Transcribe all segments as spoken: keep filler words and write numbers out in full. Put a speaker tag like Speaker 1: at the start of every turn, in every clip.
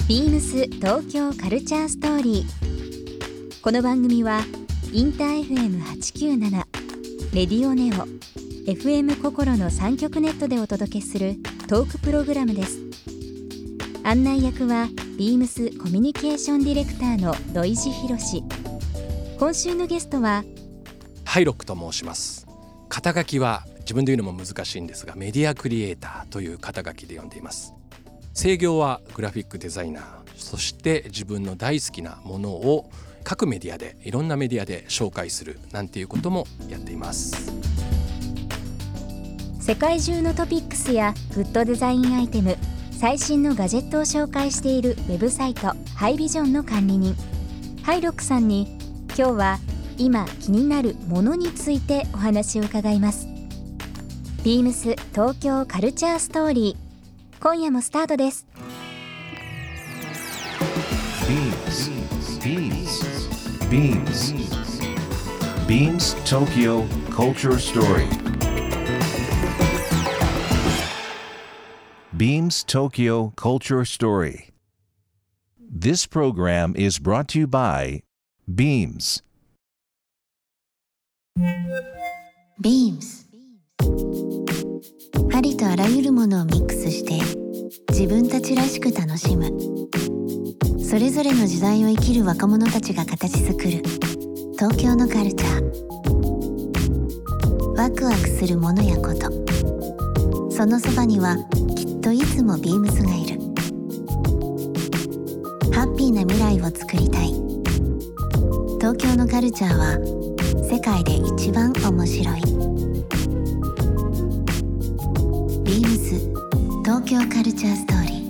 Speaker 1: ビームス東京カルチャーストーリー。この番組はインター エフエムはちきゅうなな、レディオネオ、エフエム 心のさん局ネットでお届けするトークプログラムです。案内役はビームスコミュニケーションディレクターの土井博志。今週のゲストは
Speaker 2: ハイロックと申します。肩書きは自分で言うのも難しいんですが、メディアクリエイターという肩書きで呼んでいます。制業はグラフィックデザイナー、そして自分の大好きなものを各メディアで、いろんなメディアで紹介するなんていうこともやっています。
Speaker 1: 世界中のトピックスやグッドデザインアイテム、最新のガジェットを紹介しているウェブサイトハイビジョンの管理人ハイロックさんに、今日は今気になるものについてお話を伺います。ビームス東京カルチャーストーリー、今夜もスタートです。
Speaker 3: ビームス ビームス ビームス Tokyo Culture Story。 ビームス Tokyo Culture Story. This program is brought to you by Beams。
Speaker 4: ビームス、ありとあらゆるものをミックスして自分たちらしく楽しむ、それぞれの時代を生きる若者たちが形作る東京のカルチャー。ワクワクするものやこと、そのそばにはきっといつもビームスがいる。ハッピーな未来を作りたい。東京のカルチャーは世界で一番面白い。ビームス東京カルチャーストーリー。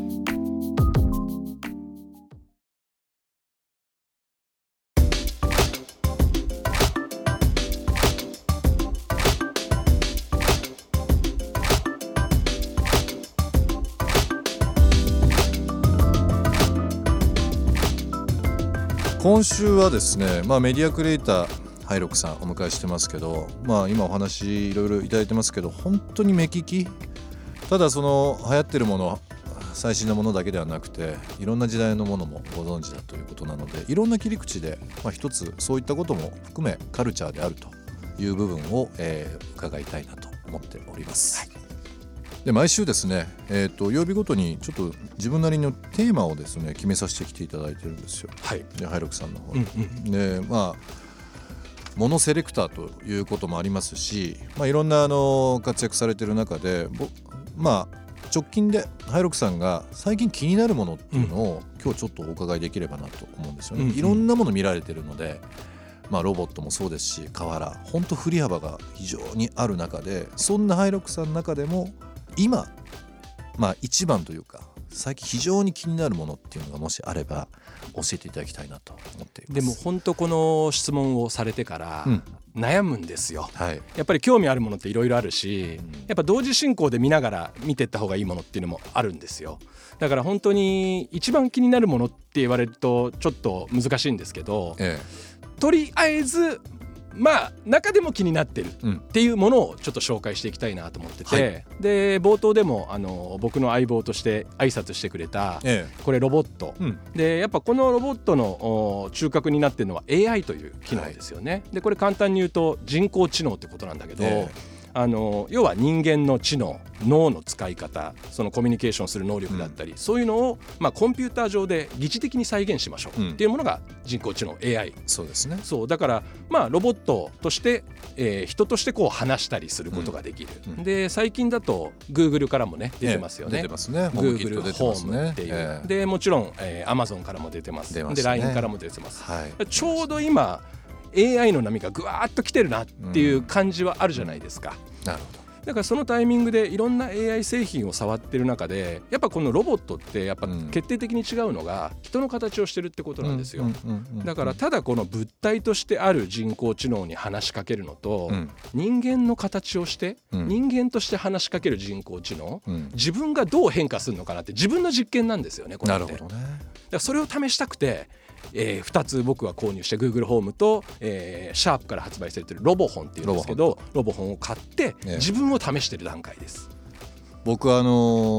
Speaker 5: 今週はですね、まあ、メディアクリエイターハイロックさんお迎えしてますけど、まあ、今お話いろいろいただいてますけど、本当に目利き。ただその流行ってるもの、最新のものだけではなくて、いろんな時代のものもご存知だということなので、いろんな切り口で、まあ、一つそういったことも含めカルチャーであるという部分を、えー、伺いたいなと思っております、はい。で毎週ですね、えーと、曜日ごとにちょっと自分なりのテーマをですね決めさせてきていただいてるんですよ、はい、でハイロックさんの方に、うんうん、でまあモノセレクターということもありますし、まあ、いろんなあの活躍されてる中で、まあ直近でハイロックさんが最近気になるものっていうのを、うん、今日ちょっとお伺いできればなと思うんですよね、うんうん、いろんなもの見られてるので、まあ、ロボットもそうですし、瓦、本当振り幅が非常にある中で、そんなハイロックさんの中でも今、まあ、一番というか最近非常に気になるものっていうのがもしあれば教えていただきたいなと思っています。
Speaker 2: でも本当この質問をされてから悩むんですよ、うん、はい、やっぱり興味あるものっていろいろあるし、うん、やっぱ同時進行で見ながら見ていった方がいいものっていうのもあるんですよ。だから本当に一番気になるものって言われるとちょっと難しいんですけど、ええ、とりあえずまあ中でも気になってるっていうものをちょっと紹介していきたいなと思ってて、はい、で冒頭でもあの僕の相棒として挨拶してくれた、ええ、これロボット、うん、でやっぱこのロボットの中核になってるのは エーアイ という機能ですよね、はい、でこれ簡単に言うと人工知能ってことなんだけど、ええ、あの要は人間の知能、脳の使い方、そのコミュニケーションする能力だったり、うん、そういうのを、まあ、コンピューター上で疑似的に再現しましょうっていうものが人工知能 エーアイ、
Speaker 5: そうですね。
Speaker 2: そうだから、まあ、ロボットとして、えー、人としてこう話したりすることができる、うんうん、で最近だと Google からもね出てますよね、
Speaker 5: えー、出てますね。
Speaker 2: Google ホームっていう、えー、でもちろん、えー、Amazon からも出てます、出ますね、で ライン からも出てます、はい、ちょうど今 エーアイ の波がぐわーっと来てるなっていう感じはあるじゃないですか、うん、なるほど。だからそのタイミングでいろんな エーアイ 製品を触ってる中で、やっぱこのロボットってやっぱ決定的に違うのが人の形をしてるってことなんですよ。だからただこの物体としてある人工知能に話しかけるのと、うん、人間の形をして、うん、人間として話しかける人工知能、うん、自分がどう変化するのかなって自分の実験なんですよね、これって。なるほどね。だからそれを試したくてえー、ふたつ僕は購入して Google ホームと、えー、シャープから発売されているロボホンっていうんですけど、ロボホンを買って自分を試している段階です。
Speaker 5: 僕はあのー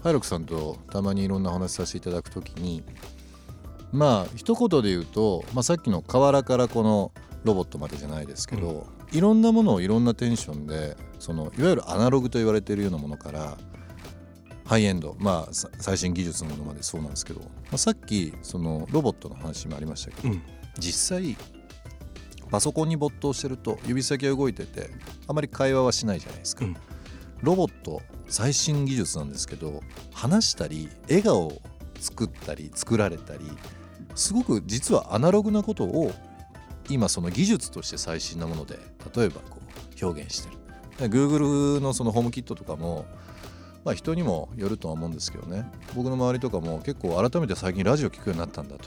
Speaker 5: ハイロクさんとたまにいろんな話させていただくときに、まあ一言で言うと、まあ、さっきの河原からこのロボットまでじゃないですけど、うん、いろんなものをいろんなテンションで、そのいわゆるアナログと言われているようなものからハイエンド、まあ最新技術のものまでそうなんですけど、まあ、さっきそのロボットの話もありましたけど、うん、実際パソコンに没頭してると指先が動いててあまり会話はしないじゃないですか、うん、ロボット最新技術なんですけど、話したり笑顔を作ったり作られたり、すごく実はアナログなことを今その技術として最新なもので例えばこう表現してる。 Google のそのホームキットとかも、まあ、人にもよるとは思うんですけどね、僕の周りとかも結構改めて最近ラジオ聞くようになったんだと、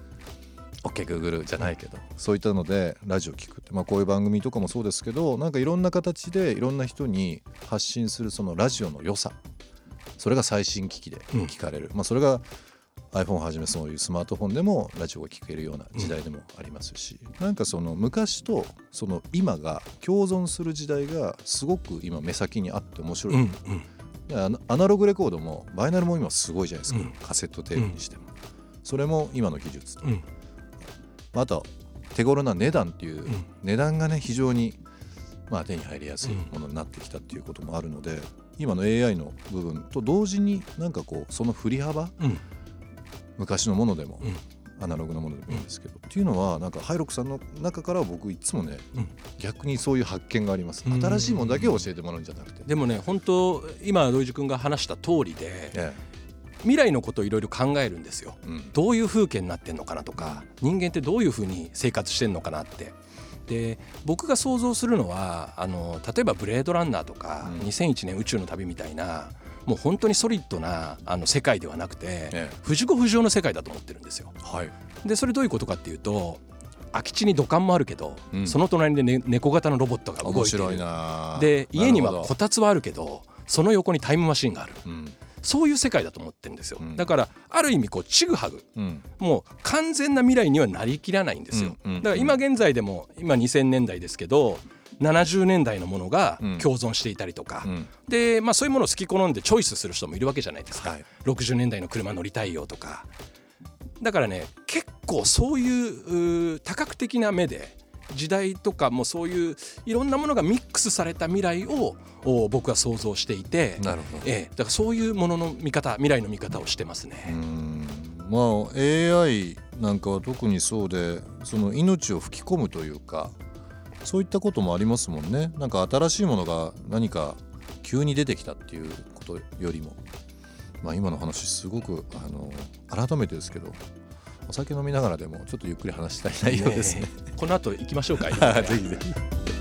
Speaker 5: OK Google じゃないけど、そういったのでラジオ聞くって、まあ、こういう番組とかもそうですけど、なんかいろんな形でいろんな人に発信するそのラジオの良さ、それが最新機器で聞かれる、うん、まあ、それが iPhone をはじめそういうスマートフォンでもラジオが聞けるような時代でもありますし、うん、なんかその昔とその今が共存する時代がすごく今目先にあって面白い、うんうん、アナログレコードもバイナルも今すごいじゃないですか、うん、カセットテープにしても、うん、それも今の技術と、うん、あと手頃な値段っていう、うん、値段がね非常にまあ手に入りやすいものになってきたっていうこともあるので、今の エーアイ の部分と同時になんかこうその振り幅、うん、昔のものでも、うん、アナログのものでもいいんですけど、うん、っていうのはなんかハイロクさんの中からは僕いつもね、うん、逆にそういう発見があります。新しいものだけを教えてもらうんじゃなくて、
Speaker 2: でもね本当今土井地君が話した通りで、ええ、未来のことをいろいろ考えるんですよ、うん、どういう風景になってんのかなとか、人間ってどういう風に生活してんのかなって。で僕が想像するのはあの例えばブレードランナーとか、うん、にせんいちねん宇宙の旅みたいなもう本当にソリッドなあの世界ではなくて、ええ、藤子不二雄の世界だと思ってるんですよ、はい、でそれどういうことかっていうと、空き地に土管もあるけど、うん、その隣で、ね、猫型のロボットが動いてる。面白いな。で家にはこたつはあるけどその横にタイムマシンがある、うん、そういう世界だと思ってるんですよ、うん、だからある意味こうちぐはぐ、うん、もう完全な未来にはなりきらないんですよ、うんうんうん、だから今現在でも今にせんねんだいですけどななじゅうねんだいのものが共存していたりとか、うん、で、まあ、そういうものを好き好んでチョイスする人もいるわけじゃないですか、はい、ろくじゅうねんだいの車乗りたいよとか。だからね結構そういう多角的な目で時代とかもそういういろんなものがミックスされた未来を僕は想像していて、なるほど、ええ、だからそういうものの見方、未来の見方をしてますね。
Speaker 5: うーん、まあ エーアイ なんかは特にそうで、その命を吹き込むというかそういったこともありますもんね。なんか新しいものが何か急に出てきたっていうことよりも、まあ、今の話すごくあの改めてですけどお酒飲みながらでもちょっとゆっくり話したい内容ですね。
Speaker 2: この後行きましょうか。
Speaker 5: ぜひぜひ。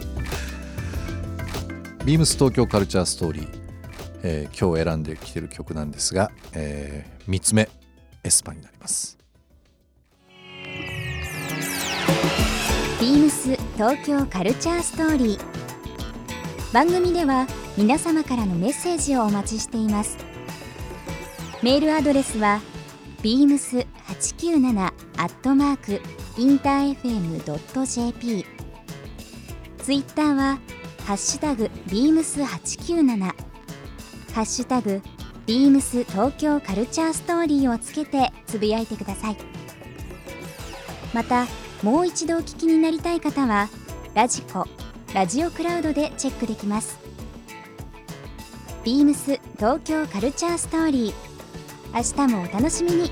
Speaker 5: ビームス東京カルチャーストーリー、えー、今日選んできてる曲なんですが、えー、みっつめエスパになります。
Speaker 1: ビームス東京カルチャーストーリー。番組では皆様からのメッセージをお待ちしています。メールアドレスは ビームスはちきゅうなな アットマーク インターエフエム ドット ジェーピー、 ツイッターはハッシュタグ ビームスはちきゅうなな、 ハッシュタグ ビームス 東京カルチャーストーリーをつけてつぶやいてください。またもう一度お聞きになりたい方はラジコ、ラジオクラウドでチェックできます。ビームス東京カルチャーストーリー、明日もお楽しみに。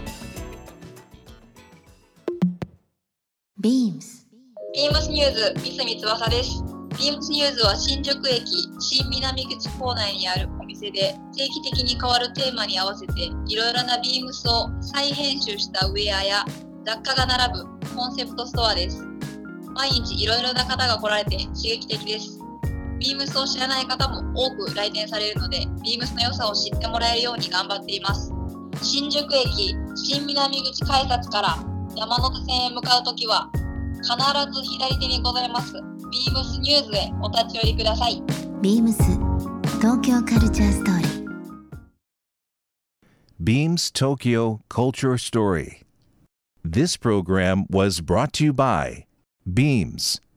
Speaker 4: ビームス
Speaker 6: ビームスニューズ三角翼です。ビームスニューズは新宿駅新南口構内にあるお店で定期的に変わるテーマに合わせていろいろなビームスを再編集したウェアや雑貨が並ぶコンセプトストアです。毎日いろいろな方が来られて刺激的です。ビームスを知らない方も多く来店されるので、ビームスの良さを知ってもらえるように頑張っています。新宿駅新南口改札から山手線へ向かうときは必ず左手にございますビームスニューズへお立ち寄りください。
Speaker 4: ビームス東京カルチャーストーリー。
Speaker 3: Beams Tokyo Culture Story. This program was brought to you by Beams.